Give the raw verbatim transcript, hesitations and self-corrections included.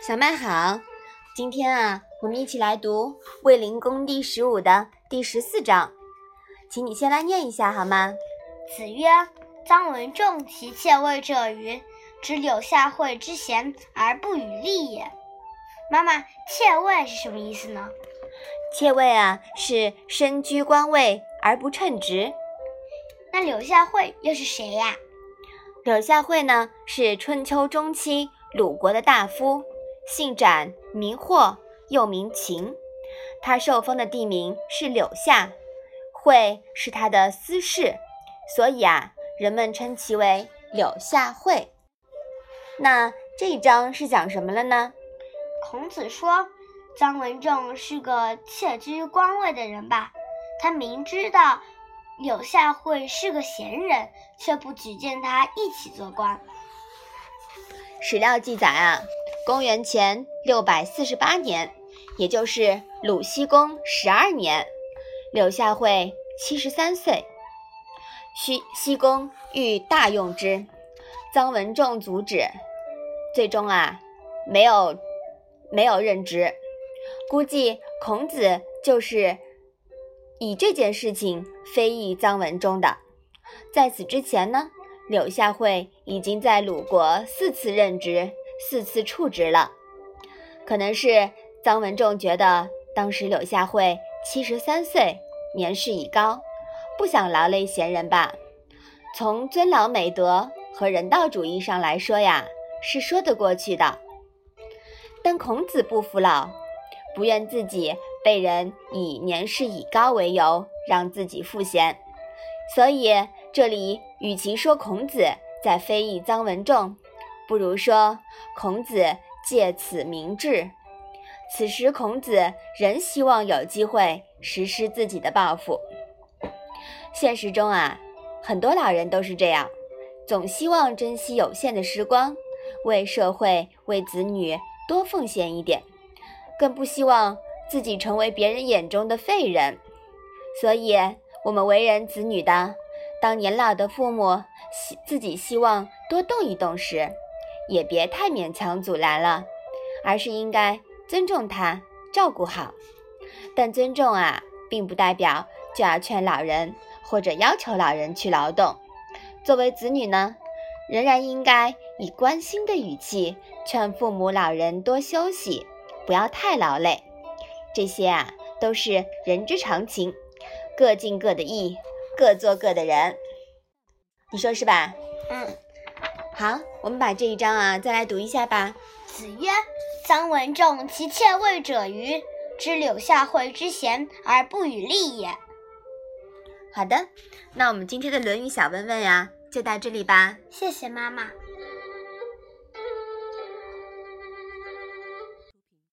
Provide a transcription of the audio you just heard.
小麦好，今天啊，我们一起来读《卫灵公》第十五的第十四章，请你先来念一下好吗？ 子曰：臧文仲其妾位者愚，知柳下惠之贤而不与立也。妈妈，妾位是什么意思呢？ 妾位啊，是身居官位而不称职。 那柳下惠又是谁呀？ 柳下惠呢，是春秋中期鲁国的大夫，姓展，名霍，又名秦。他受封的地名是柳下，惠是他的私事，所以啊，人们称其为柳下惠。那这一章是讲什么了呢？ 孔子说，臧文仲是个窃居官位的人吧？他明知道柳下惠是个贤人，却不举荐他一起做官。 史料记载啊，公元前六百四十八年，也就是鲁僖公十二年，柳下惠七十三岁。僖僖公欲大用之，臧文仲阻止，最终啊，没有没有任职。估计孔子就是以这件事情非议臧文仲的。在此之前呢，柳下惠已经在鲁国四次任职，四次处职了。可能是臧文仲觉得当时柳下惠七十三岁，年事已高，不想劳累贤人吧。从尊老美德和人道主义上来说呀，是说得过去的。但孔子不服老，不愿自己被人以年事已高为由让自己赋闲，所以这里与其说孔子在非议臧文仲，不如说孔子借此明志。此时孔子仍希望有机会实施自己的抱负。现实中啊，很多老人都是这样，总希望珍惜有限的时光，为社会为子女多奉献一点，更不希望自己成为别人眼中的废人。所以我们为人子女的，当年老的父母自己希望多动一动时，也别太勉强阻拦了，而是应该尊重他，照顾好。但尊重啊，并不代表就要劝老人或者要求老人去劳动。作为子女呢，仍然应该以关心的语气劝父母老人多休息，不要太劳累。这些啊，都是人之常情，各尽各的义，各做各的人。你说是吧？ 嗯。 好，我们把这一章啊再来读一下吧。 子曰：臧文仲其妾位者愚，知柳下惠之贤而不与立也。 好的，那我们今天的《论语》小问问呀，就到这里吧。 谢谢妈妈。